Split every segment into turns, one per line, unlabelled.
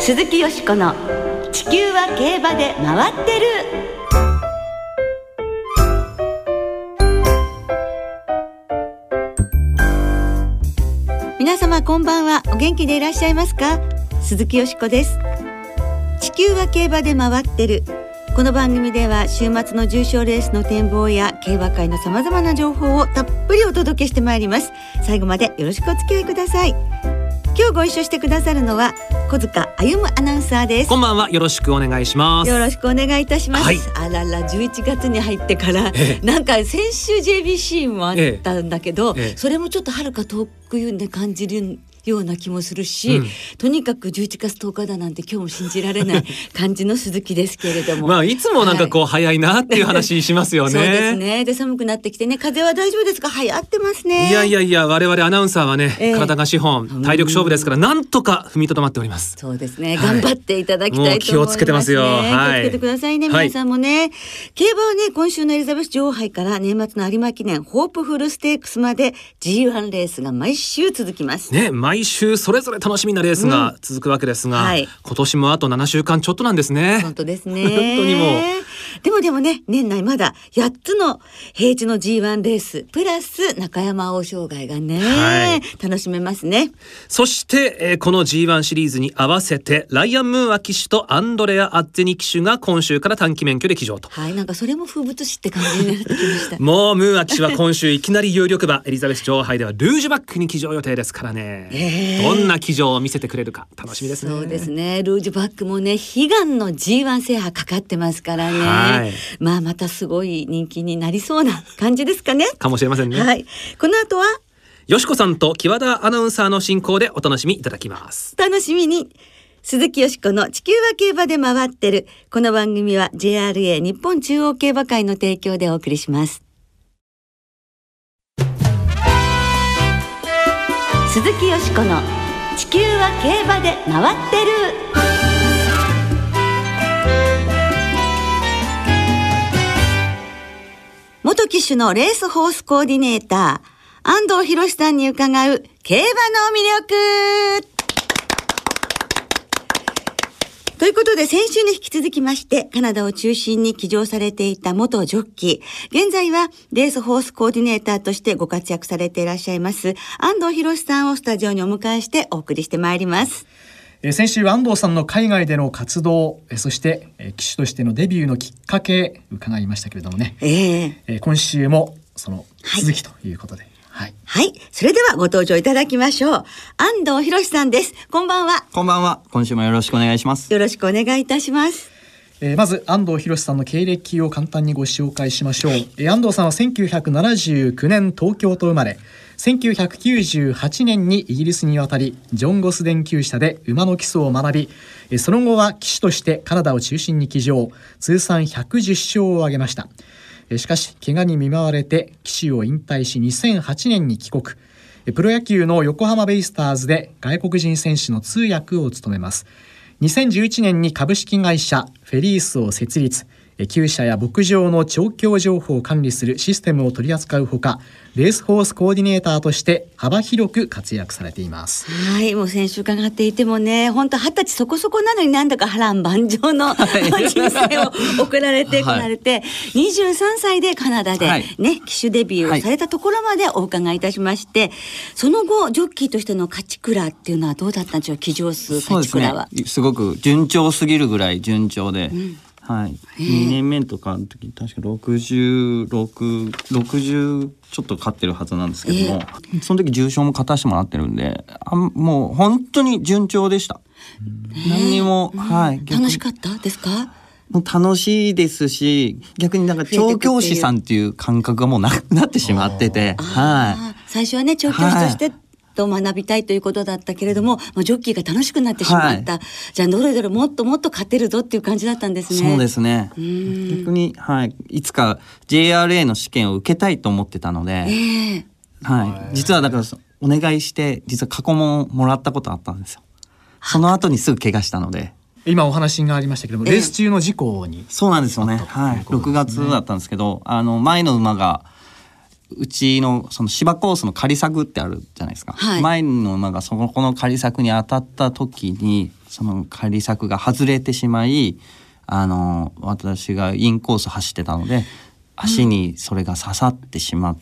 鈴木よしこの地球は競馬で回ってる。皆様こんばんは。お元気でいらっしゃいますか？鈴木よしこです。地球は競馬で回ってる。この番組では週末の重賞レースの展望や競馬界のさまざまな情報をたっぷりお届けしてまいります。最後までよろしくお付き合いください。今日ご一緒してくださるのは小塚歩アナウンサーです。
こんばんは、よろしくお願いします。
よろしくお願いいたします、
はい、
あらら11月に入ってから、なんか先週 JBC もあったんだけど、それもちょっと遥か遠くで感じるような気もするし、とにかく11月10日だなんて今日も信じられない感じの鈴木ですけれども
いつもなんかこう早いなっていう話しますよね。
そうですね。で寒くなってきてね、風は大丈夫ですか？流行ってますね。
いや我々アナウンサーはね、体が資本、体力勝負ですから、なんとか踏みとどまっております。
そうですね、頑張っていただきたいと思いますね。
もう気をつけてますよ、
気をつけてくださいね、皆さんもね、競馬はね、今週のエリザベス女王杯から年末の有馬記念ホープフルステークスまで G1 レースが毎週続きますね。毎週それぞれ楽しみなレースが続くわけですが、今年もあと7週間ちょっとなんですね。 本当ですね。
本当にもう
でもね、年内まだ8つの平地の G1 レースプラス中山王将凱がね、楽しめますね。
そして、この G1 シリーズに合わせてライアン・ムーア騎手とアンドレア・アッゼニ騎手が今週から短期免許で騎乗と、
なんかそれも風物詩って感じになってきました
もうムーア騎手は今週いきなり有力馬エリザベス女王杯ではルージュバックに騎乗予定ですからね、どんな騎乗を見せてくれるか楽しみですね。
そうですね、ルージュバックもね、悲願の G1 制覇かかってますからね、またすごい人気になりそうな感じですかね。
かもしれませんね。
この後は
よしこさんと木和田アナウンサーの進行でお楽しみいただきます。
楽しみに。鈴木よしこの地球は競馬で回ってる。この番組は JRA 日本中央競馬会の提供でお送りします。鈴木よしこの地球は競馬で回ってる。元騎手のレースホースコーディネーター安藤博さんに伺う競馬の魅力ということで、先週に引き続きましてカナダを中心に騎乗されていた元ジョッキー、現在はレースホースコーディネーターとしてご活躍されていらっしゃいます安藤博さんをスタジオにお迎えしてお送りしてまいります。
先週安藤さんの海外での活動、そして騎手としてのデビューのきっかけ伺いましたけれどもね、今週もその続きということで、
それではご登場いただきましょう。安藤博さんです。こんばんは。
こんばんは。今週もよろしくお願いします。
よろしくお願いいたします。
まず安藤博さんの経歴を簡単にご紹介しましょう。安藤さんは1979年東京と生まれ、1998年にイギリスに渡りジョン・ゴスデン厩舎で馬の基礎を学び、その後は騎手としてカナダを中心に騎乗、通算110勝を挙げました。しかし怪我に見舞われて騎手を引退し2008年に帰国、プロ野球の横浜ベイスターズで外国人選手の通訳を務めます。2011年に株式会社フェリースを設立、厩舎や牧場の調教情報を管理するシステムを取り扱うほか、レースホースコーディネーターとして幅広く活躍されています。
もう先週伺っていてもね、本当20歳そこそこなのになんだか波乱万丈の人生を送られてこられて、23歳でカナダでね、騎手デビューをされたところまでお伺いいたしまして、その後ジョッキーとしての勝ち倉っていうのはどうだったんでしょう？騎乗数勝ち倉は。
すごく順調すぎるぐらい順調で、2年目とかの時確か60ちょっと勝ってるはずなんですけども、その時重賞も勝たせてもらってるんで、もう本当に順調でした。何にも、
楽しかったですか？
もう楽しいですし、逆になんか調教師さんっていう感覚がもうなくなってしまってて、
最初はね調教師として、と学びたいということだったけれども、ジョッキーが楽しくなってしまった、じゃあどれどれもっともっと勝てるぞっていう感じだったんですね。
そうですね。逆に、いつか JRA の試験を受けたいと思ってたので、実はだからお願いして実は過去問もらったことあったんですよ。その後にすぐ怪我したので。
今お話がありましたけども、レース中の事故に、
そうなんですよね。6月だったんですけど、前の馬がうちのその芝コースの仮柵ってあるじゃないですか、
はい、
前の馬がそこの仮柵に当たった時にその仮柵が外れてしまい、私がインコース走ってたので足にそれが刺さってしまって、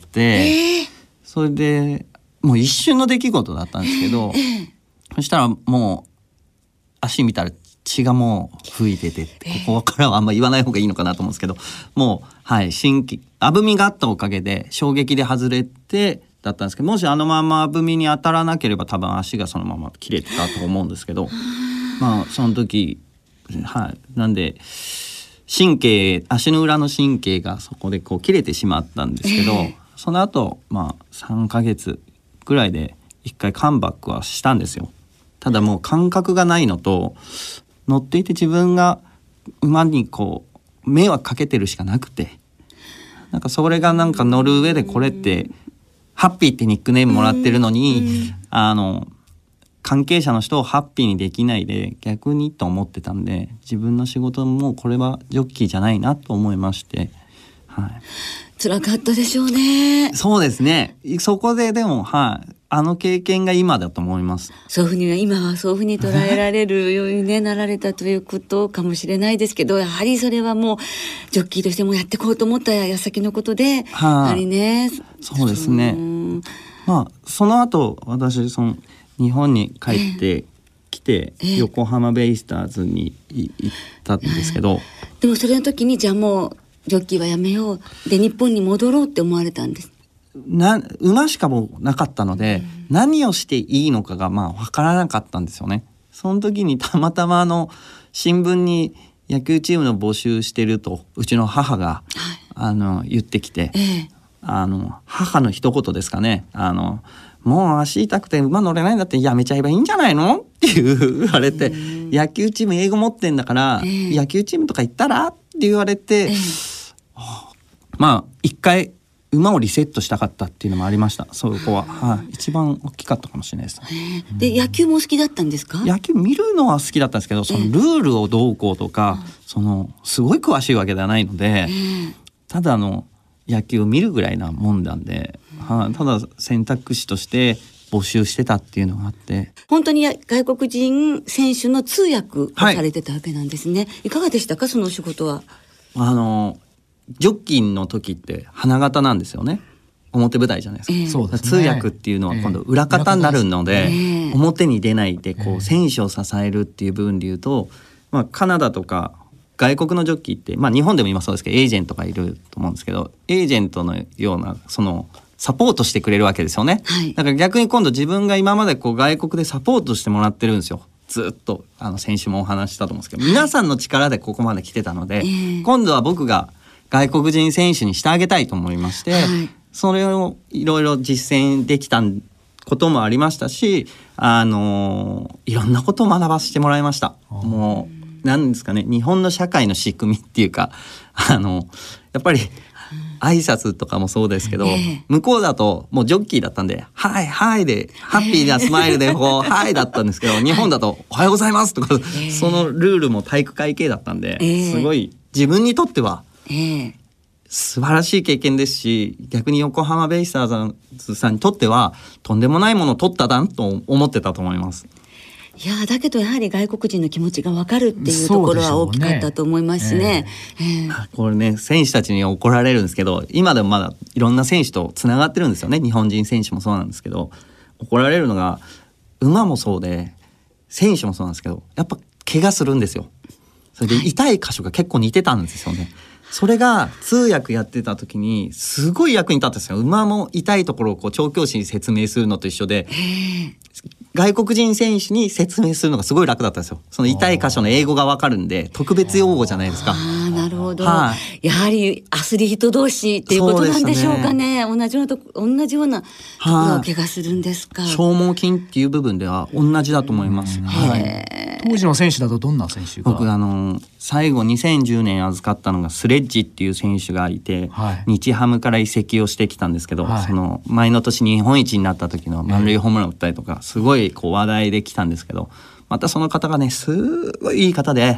それでもう一瞬の出来事だったんですけど、そしたらもう足見たら血がもう吹いてて、ここからはあんま言わない方がいいのかなと思うんですけど、もうはいあぶみがあったおかげで衝撃で外れてだったんですけど、もしあのままあぶみに当たらなければ多分足がそのまま切れてたと思うんですけど、まあその時なんで足の裏の神経がそこでこう切れてしまったんですけど、その後まあ3ヶ月ぐらいで一回カムバックはしたんですよ。ただもう感覚がないのと、乗っていて自分が馬にこう迷惑かけてるしかなくて、なんかそれがなんか乗る上でこれってハッピーってニックネームもらってるのに、関係者の人をハッピーにできないで逆にと思ってたんで、自分の仕事もこれはジョッキーじゃないなと思いまして、はい、
辛かったでしょうね。
そうですね。そこででもあの経験が今だと思います。
そういうふうに今はそういうふうに捉えられるように、ね、なられたということかもしれないですけど、やはりそれはもうジョッキーとしてもやっていこうと思った矢先のことで、やはりね。
そうですね。まあその後私日本に帰ってきて、横浜ベイスターズに行ったんですけど、
でもそれの時にじゃあもうジョッキーはやめようで日本に戻ろうって思われたんです。
馬しかもなかったので、何をしていいのかがまあ分からなかったんですよね。その時にたまたま新聞に野球チームの募集してるとうちの母が、言ってきて、母の一言ですかね、もう足痛くて馬乗れないんだってやめちゃえばいいんじゃないのって言われて、野球チーム英語持ってんだから、野球チームとか行ったらって言われて、まあ一回馬をリセットしたかったっていうのもありました。そこは、一番大きかったかもしれないです。
で野球も好きだったんですか？
野球見るのは好きだったんですけど、そのルールをどうこうとか、すごい詳しいわけではないので、ただ野球を見るぐらいなもんなんで、ただ選択肢として募集してたっていうのがあって、
本当に外国人選手の通訳をされてたわけなんですね。いかがでしたかそのお仕事は？
ジョッキーの時って花形なんですよね。表舞台じゃないですか、通訳っていうのは今度裏方になるので、表に出ないでこう選手を支えるっていう部分でいうと、カナダとか外国のジョッキーって、日本でも今そうですけどエージェントがいると思うんですけど、エージェントのようなサポートしてくれるわけですよね、だから逆に今度自分が今まで外国でサポートしてもらってるんですよ。ずっと先週もお話したと思うんですけど、皆さんの力でここまで来てたので、今度は僕が外国人選手にしてあげたいと思いまして、それをいろいろ実践できたこともありましたし、いろんなことを学ばせてもらいました。もう何ですかね、日本の社会の仕組みっていうか、やっぱり挨拶とかもそうですけど、向こうだともうジョッキーだったんではいはいでハッピーなスマイルではいだったんですけど、日本だとおはようございますとか、そのルールも体育会系だったんで、すごい自分にとっては素晴らしい経験ですし、逆に横浜ベイスターズさんにとってはとんでもないものを取ったなと思ってたと思います。
いやだけどやはり外国人の気持ちが分かるっていうところは大きかったと思いますしね。
これね、選手たちに怒られるんですけど、今でもまだいろんな選手とつながってるんですよね。日本人選手もそうなんですけど、怒られるのが馬もそうで選手もそうなんですけど、やっぱ怪我するんですよ。それで痛い箇所が結構似てたんですよね。それが通訳やってた時にすごい役に立ったんですよ。馬も痛いところを調教師に説明するのと一緒で、外国人選手に説明するのがすごい楽だったんですよ。その痛い箇所の英語がわかるんで、特別用語じゃないですか。
なるほど、やはりアスリート同士っていうことなんでしょうかね。同じようなところを怪我するんですか。
消耗筋っていう部分では同じだと思います。
当時の選手だとどんな選手が？
僕最後2010年預かったのがスレッジっていう選手がいて、日ハムから移籍をしてきたんですけど、その前の年日本一になった時の満塁ホームランを打ったりとか、すごい話題で来たんですけど、またその方がねすごいいい方で、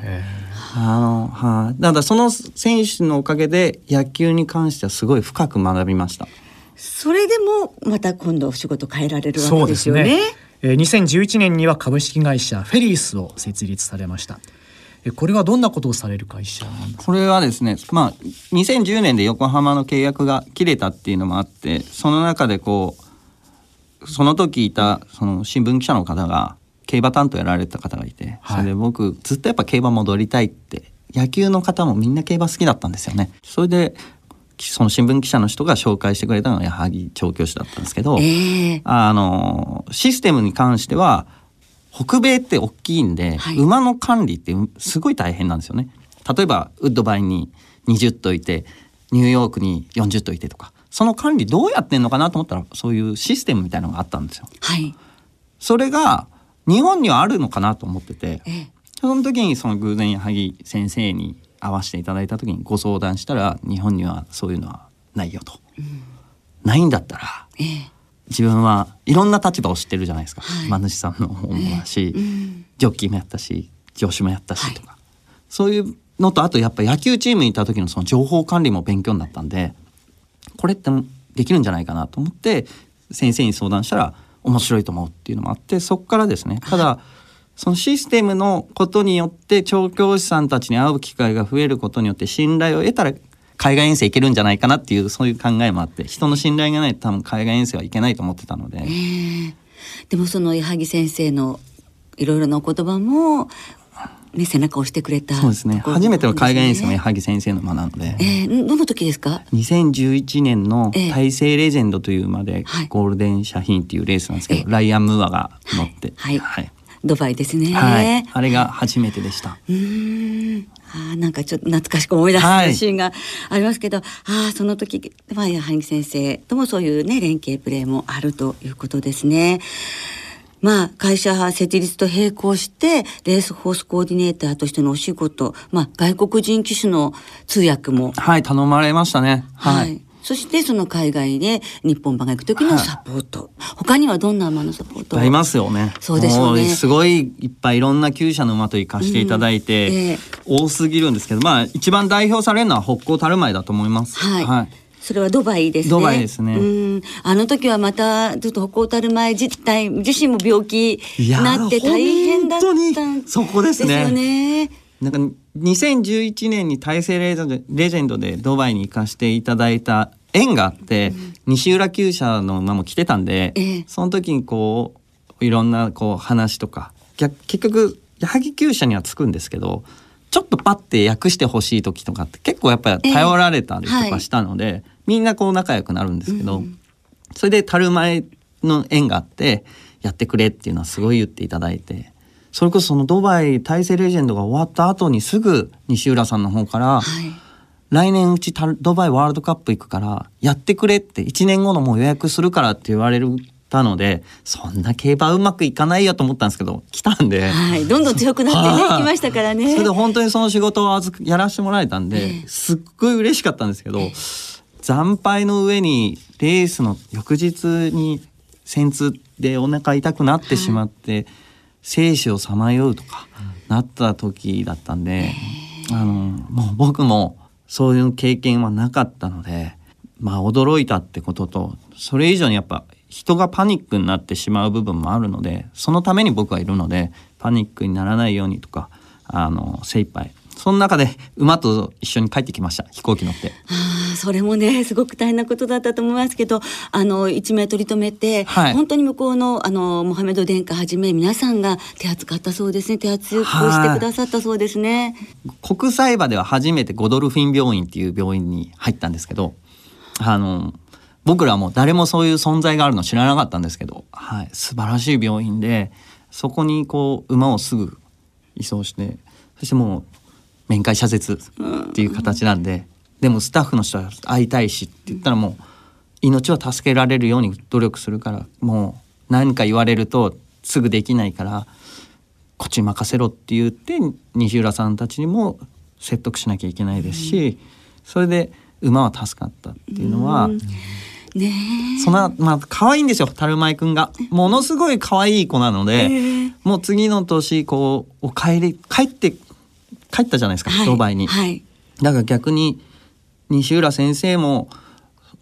だからその選手のおかげで野球に関してはすごい深く学びました。
それでもまた今度お仕事変えられるわけですよね。
そうですね。2011年には株式会社フェリースを設立されました。これはどんなことをされる会社なんですか？
これはですね、2010年で横浜の契約が切れたっていうのもあって、その中でその時いたその新聞記者の方が競馬担当やられた方がいて、それで僕ずっとやっぱ競馬戻りたいって、野球の方もみんな競馬好きだったんですよね。それでその新聞記者の人が紹介してくれたのが矢作調教師だったんですけど、システムに関しては北米って大きいんで、馬の管理ってすごい大変なんですよね。例えばウッドバイに20頭いてニューヨークに40頭いてとか、その管理どうやってんのかなと思ったら、そういうシステムみたいなのがあったんですよ。それが日本にはあるのかなと思ってて、その時にその偶然矢作先生に会わせていただいた時にご相談したら、日本にはそういうのはないよと、ないんだったら、自分はいろんな立場を知ってるじゃないですか。馬主さんの方もだし、ジョッキーもやったし助手もやったしとか、そういうのと、あとやっぱ野球チームにいた時のその情報管理も勉強になったんで、これってできるんじゃないかなと思って先生に相談したら面白いと思うっていうのもあって、そこからですね。ただそのシステムのことによって調教師さんたちに会う機会が増えることによって信頼を得たら海外遠征行けるんじゃないかなっていう、そういう考えもあって、人の信頼がないと多分海外遠征はいけないと思ってたので、
でもその矢作先生のいろいろなお言葉も、背中を押してくれた。
そうですね。初めての海外遠征も矢作先生の馬なので、
どの時ですか
？2011年の大西レジェンドという馬で、ゴールデンシャヒーンっていうレースなんですけど、ライアン・ムーアが乗って、
ドバイですね。
あれが初めてでした。
なんかちょっと懐かしく思い出すシーンがありますけど、その時は矢作先生ともそういうね連携プレーもあるということですね。会社設立と並行してレースホースコーディネーターとしてのお仕事、外国人騎手の通訳も
頼まれましたね。
そしてその海外で日本馬が行く時のサポート、他にはどんな馬のサポート？
ありますよね。
そうでしょうね。
すごいいっぱいいろんな厩舎の馬と行かせていただいて、多すぎるんですけど、一番代表されるのは北高樽舞だと思います。そ
れはドバイですね。
ドバイですね。
あの時はまたちょっと北高樽舞自身も病気になって大変だったんですよね。
そこですね。なんか2011年に大西レジェンドでドバイに行かせていただいた縁があって、西浦厩舎の馬も来てたんで、その時にいろんな話とか、結局矢作厩舎には着くんですけど、ちょっとパッて訳してほしい時とかって結構やっぱり頼られたりとかしたので、みんな仲良くなるんですけど、それで樽舞の縁があってやってくれっていうのはすごい言っていただいて、それこそそのドバイ大西レジェンドが終わった後にすぐ西浦さんの方から、来年うちドバイワールドカップ行くからやってくれって、1年後のもう予約するからって言われたので、そんな競馬うまくいかないよと思ったんですけど、来たんで、
どんどん強くなってね、来ましたからね。
それで本当にその仕事をやらせてもらえたんで、すっごい嬉しかったんですけど、惨敗の上にレースの翌日に戦痛でお腹痛くなってしまって、生死をさまようとかなった時だったんで、もう僕もそういう経験はなかったので、驚いたってことと、それ以上にやっぱ人がパニックになってしまう部分もあるので、そのために僕はいるので、パニックにならないようにとか精一杯、その中で馬と一緒に帰ってきました、飛行機乗って。
それもねすごく大変なことだったと思いますけど、一命取り留めて、本当に向こうのモハメド殿下はじめ皆さんが手厚かったそうですね。手厚くしてくださったそうですね。
国際馬では初めてゴドルフィン病院っていう病院に入ったんですけど、僕らも誰もそういう存在があるの知らなかったんですけど、素晴らしい病院で、そこに馬をすぐ移送して、そしてもう面会謝絶っていう形なんで、でもスタッフの人は会いたいしって言ったら、もう命を助けられるように努力するから、もう何か言われるとすぐできないからこっちに任せろって言って、西浦さんたちにも説得しなきゃいけないですし、それで馬は助かったっていうのは、そんな可愛いんですよ、樽舞くんが。ものすごい可愛い子なので、もう次の年帰ったじゃないですか、ドバイに。だから逆に西浦先生も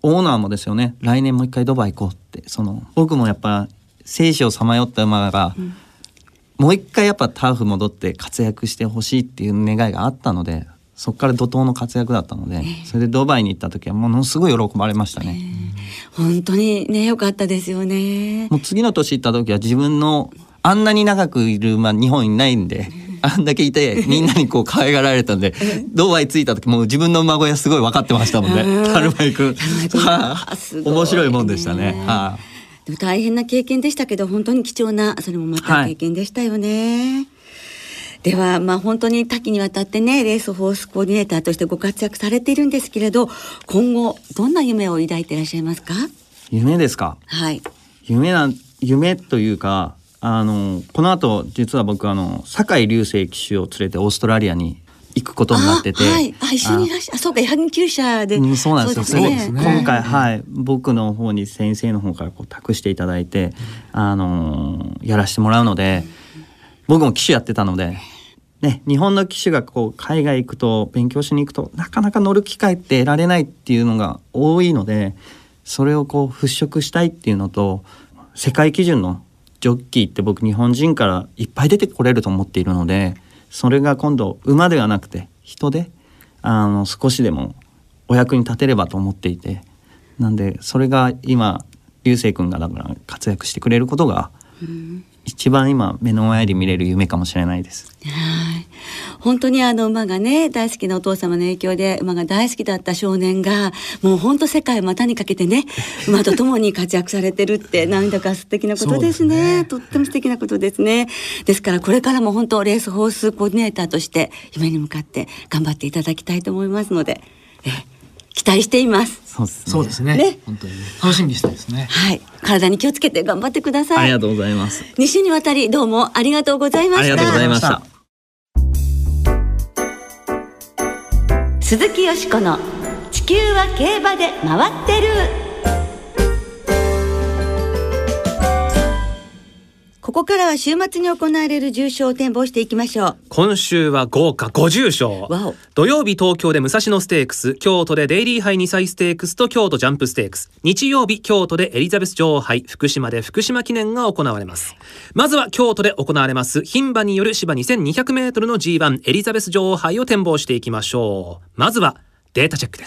オーナーもですよね、来年もう一回ドバイ行こうって、僕もやっぱ生死をさまよった馬が、もう一回やっぱターフ戻って活躍してほしいっていう願いがあったので、そこから怒涛の活躍だったので、それでドバイに行った時はものすごい喜ばれましたね。
本当にね、良かったですよね。
もう次の年行った時は自分のあんなに長くいる馬日本いないんで、あんだけいてみんなにこう可愛がられたんでドバイ着いた時もう自分の馬小屋すごい分かってましたもんね。タルマイ君面白いもんでしたね。
でも大変な経験でしたけど、本当に貴重なそれもまた経験でしたよね。では本当に多岐にわたってね、レースホースコーディネーターとしてご活躍されているんですけれど、今後どんな夢を抱いていらっしゃいますか？
夢ですか？
はい。
夢というか、この後実は僕酒井隆成騎手を連れてオーストラリアに行くことになってて、
一緒にいらっしゃる。そうか、研究者で、
そうなんですよ。
そうですね。
今回僕の方に先生の方から託していただいて、やらせてもらうので、僕も騎手やってたので。日本の騎手が海外行くと勉強しに行くとなかなか乗る機会って得られないっていうのが多いので、それを払拭したいっていうのと、世界基準のジョッキーって僕日本人からいっぱい出てこれると思っているので、それが今度馬ではなくて人で少しでもお役に立てればと思っていて、なんでそれが今流星君がだから活躍してくれることが、一番今目の前で見れる夢かもしれないです。
本当に馬がね大好きなお父様の影響で馬が大好きだった少年がもう本当世界を股にかけてね馬と共に活躍されてるってなんだか素敵なことですね。とっても素敵なことですね。ですからこれからも本当レースホースコーディネーターとして夢に向かって頑張っていただきたいと思いますので、期待しています。
そうですね。本当に楽しみにしたいですね。
はい、体に気をつけて頑張ってください。
ありがとうございます。
2週にわたりどうもありがとうございました。
ありがとうございました。
鈴木よしこの地球は競馬で回ってる。ここからは週末に行われる重賞を展望していきましょう。
今週は豪華50勝。土曜日東京で武蔵野ステークス、京都でデイリーハイ2歳ステークスと京都ジャンプステークス、日曜日京都でエリザベス女王杯、福島で福島記念が行われます。まずは京都で行われます牝馬による芝 2200m の G1 エリザベス女王杯を展望していきましょう。まずはデータチェックです。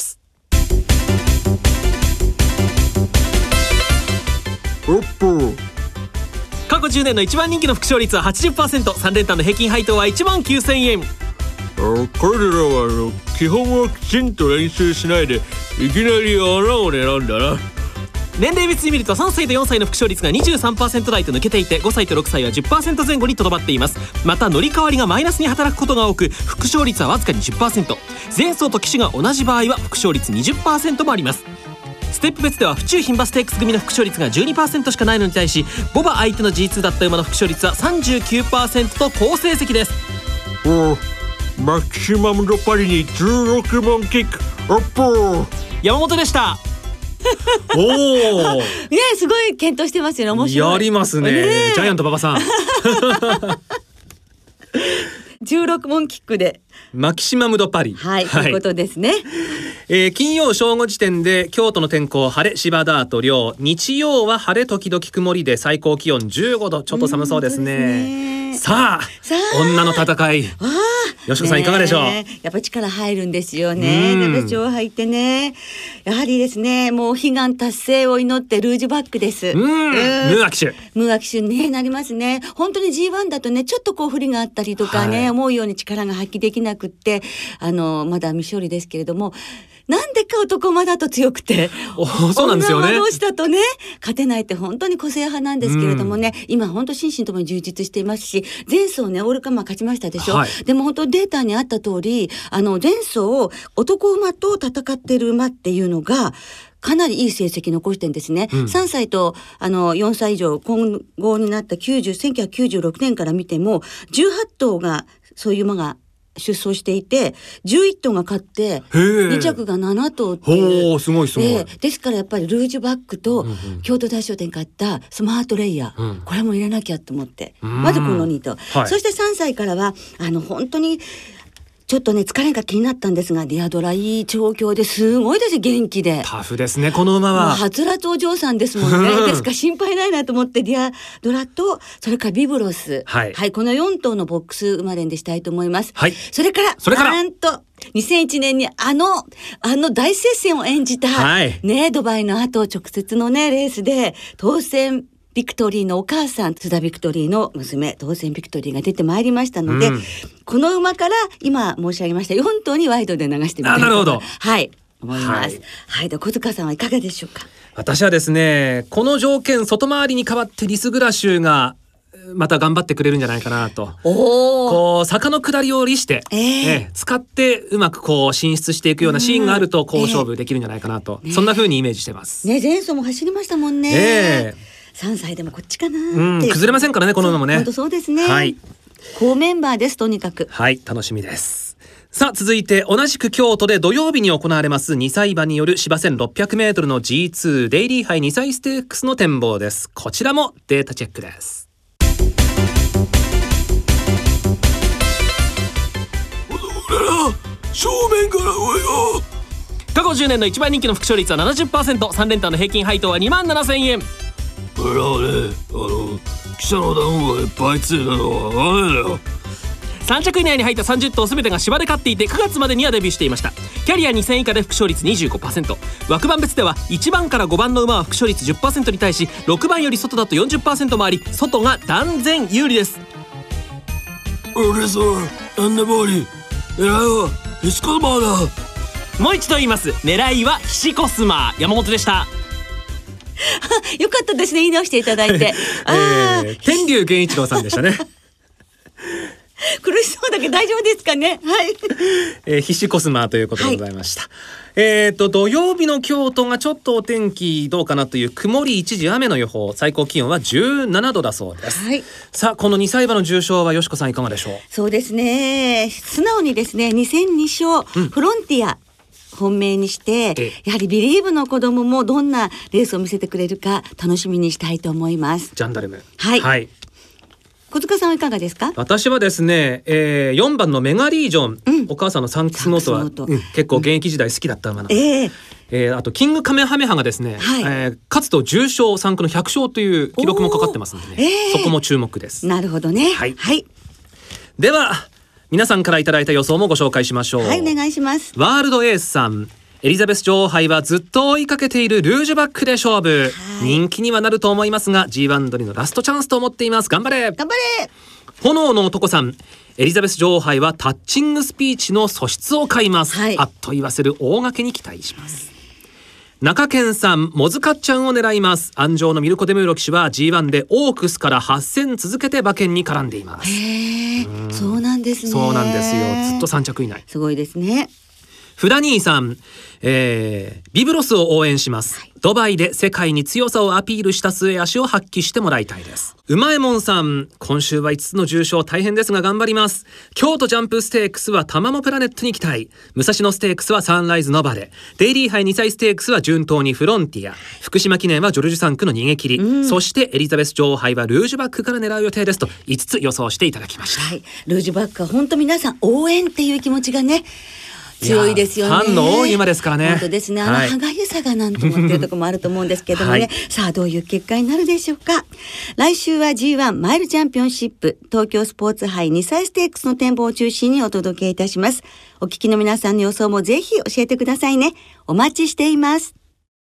過去10年の一番人気の副勝率は 80%、 3連単の平均配当は1万9000円。
彼らは基本をきちんと練習しないでいきなり穴を狙うんだな。
年齢別に見ると3歳と4歳の副勝率が 23% 台と抜けていて、5歳と6歳は 10% 前後にとどまっています。また乗り換わりがマイナスに働くことが多く、副勝率はわずかに 10%、 前走と騎手が同じ場合は副勝率 20% もあります。ステップ別では府中牝馬ステークス組の副勝率が 12% しかないのに対し、ボバ相手の G2 だった馬の副勝率は 39% と好成績です。
マキシマムドパリに16問キックアップ。
山本でした。
おね、すごい検討してますよね。面白い。
やりますね、ジャイアント馬場さん。
16問キックで
マキシマムドパリ、
ということですね。
金曜正午時点で京都の天候晴れ、芝ダート涼。日曜は晴れ時々曇りで最高気温15度、ちょっと寒そうですね。さあ女の戦い、よしこさんいかがでしょう。
やっぱり力入るんですよね。エリザベス女王杯ってね、やはりですね、もう悲願達成を祈ってルージュバックです。ム
ーア騎手
ね、なりますね。本当に G1 だとね、ちょっと不利があったりとかね、思うように力が発揮できなくって、まだ未勝利ですけれども、なんでか男馬だと強くて、
そうなんですよね。
女馬同士だとね勝てないって本当に個性派なんですけれどもね、今本当心身ともに充実していますし、前走ねオールカマー勝ちましたでしょ、でも本当データにあった通り、前走男馬と戦っている馬っていうのがかなりいい成績残してるんですね。3歳と4歳以上混合になった1996年から見ても18頭がそういう馬が出走していて、11頭が勝って2着が7頭っていう。
すごいすごい。
ですからやっぱりルージュバックと京都大賞典勝ったスマートレイヤー、これも入れなきゃと思って、まずこの2頭、そして3歳からは本当にちょっとね疲れが気になったんですが、ディアドラいい調教ですごいです、元気で。
タフですねこの馬は。
はつらつお嬢さんですもんねですから心配ないなと思って、ディアドラとそれからビブロス、
はい
この4頭のボックス生まれんでしたいと思います。
はい、
それからなんと2001年にあの大接戦を演じた、
はい
ね、ドバイの後直接のねレースで当選ビクトリーのお母さん、津田ビクトリーの娘、当選ビクトリーが出てまいりましたので、この馬から今申し上げました4頭にワイドで流してみたいと
なるほど、
はい思います。では小塚さんはいかがでしょうか。
私はですね、この条件外回りに代わってリスグラシュがまた頑張ってくれるんじゃないかなと。こう坂の下りを利して、使ってうまくこう進出していくようなシーンがあると好勝負できるんじゃないかなと、そんな風にイメージしてます。
前走も走りましたもんね。3歳でもこっちかなって、
崩れませんからねこの馬もね。
本当そうですね。好メンバーですとにかく。
楽しみです。さあ続いて同じく京都で土曜日に行われます2歳馬による芝 1600m の G2 デイリー杯2歳ステークスの展望です。こちらもデータチェックです。
正面からおいよ。
過去10年の一番人気の副勝率は 70%、 3連単の平均配当は27,000円。
記者の団子がいっぱいついたのは何だよ。
3着以内に入った30頭全てが芝で勝っていて9月までにはデビューしていました。キャリア2000以下で副勝率 25%、 枠番別では1番から5番の馬は副勝率 10% に対し6番より外だと 40% もあり、外が断然有利です。
俺さなんでボーリー狙いはヒシコスマーだ。
もう一度言います。狙いはヒシコスマー。山本でした。
よかったですね、言い直していただいて。
天竜源一郎さんでしたね。
苦しそうだけど大丈夫ですかね。
ヒシコスマーということでございました。土曜日の京都がちょっとお天気どうかなという曇り一時雨の予報、最高気温は17度だそうです。さあこの2歳馬の重賞はよしこさんいかがでしょう。
そうですね、素直にですね2戦2勝、フロンティア本命にして、やはりビリーブの子供もどんなレースを見せてくれるか楽しみにしたいと思います。
ジャンダルム。
小塚さんはいかがですか。
私はですね、4番のメガリージョン、お母さんのサンクスノートは結構現役時代好きだった馬なので、あとキングカメハメハがですね、勝つと重賞3区の100勝という記録もかかってますのでね、そこも注目です。
なるほどね。
では皆さんからいただいた予想もご紹介しましょう。
お願いします。
ワールドエースさん、エリザベス女王杯はずっと追いかけているルージュバックで勝負、人気にはなると思いますが G1 取りのラストチャンスと思っています。頑張れ
頑張れ。
炎の男さん、エリザベス女王杯はタッチングスピーチの素質を買います、あっと言わせる大掛けに期待します。中堅さん、モズカッチャンを狙います。安城のミルコ・デムーロ騎手は G1 でオークスから8戦続けて馬券に絡んでいます。
そうなんですね。
そうなんですよ、ずっと3着以内。
すごいですね。
フラニーさん、ビブロスを応援します、ドバイで世界に強さをアピールした末足を発揮してもらいたいです。うまえもんさん、今週は5つの重賞大変ですが頑張ります。京都ジャンプステークスはタマモプラネットに期待、武蔵野ステークスはサンライズノバレ、デイリー杯2歳ステークスは順当にフロンティア、福島記念はジョルジュ3区の逃げ切り、そしてエリザベス女王杯はルージュバックから狙う予定ですと5つ予想していただきました。
ルージュバックは本当皆さん応援っていう気持ちがね強いですよね。
ファンの多い馬ですからね。
本当ですね。歯がゆさがなんともっていうところもあると思うんですけどもね、さあどういう結果になるでしょうか。来週は G1 マイルチャンピオンシップ東京スポーツ杯2歳ステークスの展望を中心にお届けいたします。お聞きの皆さんの予想もぜひ教えてくださいね。お待ちしています。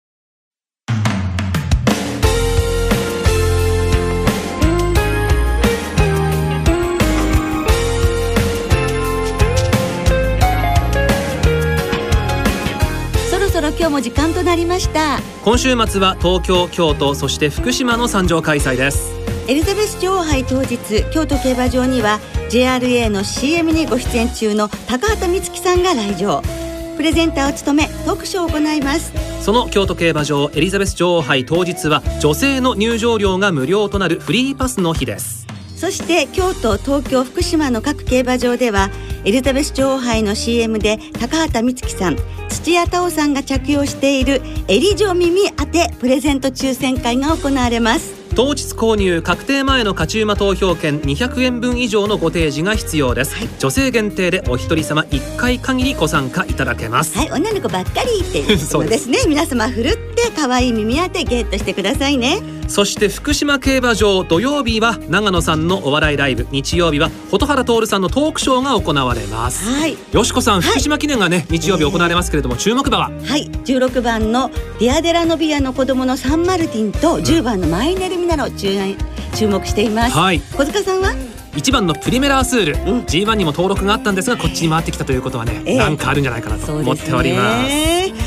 今日も時間となりました。
今週末は東京、京都、そして福島の3場開催です。
エリザベス女王杯当日、京都競馬場には JRA の CM にご出演中の高畑充希さんが来場、プレゼンターを務めトークショーを行います。
その京都競馬場エリザベス女王杯当日は女性の入場料が無料となるフリーパスの日です。
そして京都、東京、福島の各競馬場ではエリザベス女王杯の CM で高畑充希さん、土屋太鳳さんが着用しているエリジョ耳当てプレゼント抽選会が行われます。
当日購入確定前の勝ち馬投票券200円分以上のご提示が必要です、女性限定でお一人様1回限りご参加いただけます。
はい、女の子ばっかりっていうことですね皆様ふるって可愛い耳当てゲットしてくださいね。
そして福島競馬場、土曜日は長野さんのお笑いライブ、日曜日は蛍原徹さんのトークショーが行われます。
はい、
よしこさん、福島記念がね、日曜日行われますけれども、注目馬は
はい16番のディアデラノビアの子供のサンマルティンと10番のマイネルミナの注目しています。
はい、
小塚さんは
1番のプリメラアスール、G1 にも登録があったんですがこっちに回ってきたということはね、なんかあるんじゃないかなと思っております。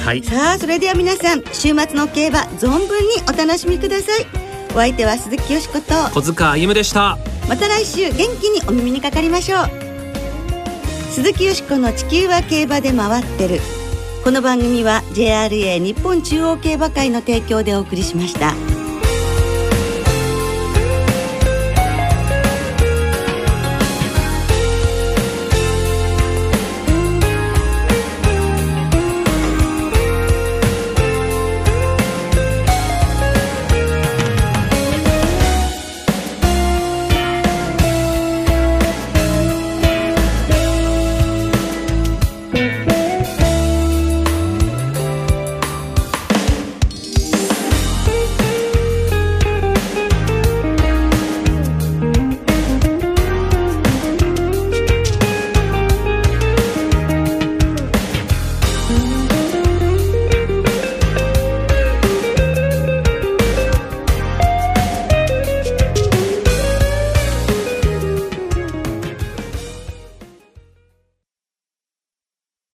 はい、
さあそれでは皆さん週末の競馬存分にお楽しみください。お相手は鈴木よしこと
小塚歩夢でした。
また来週元気にお耳にかかりましょう。鈴木よしこの地球は競馬で回ってる。この番組は JRA 日本中央競馬会の提供でお送りしました。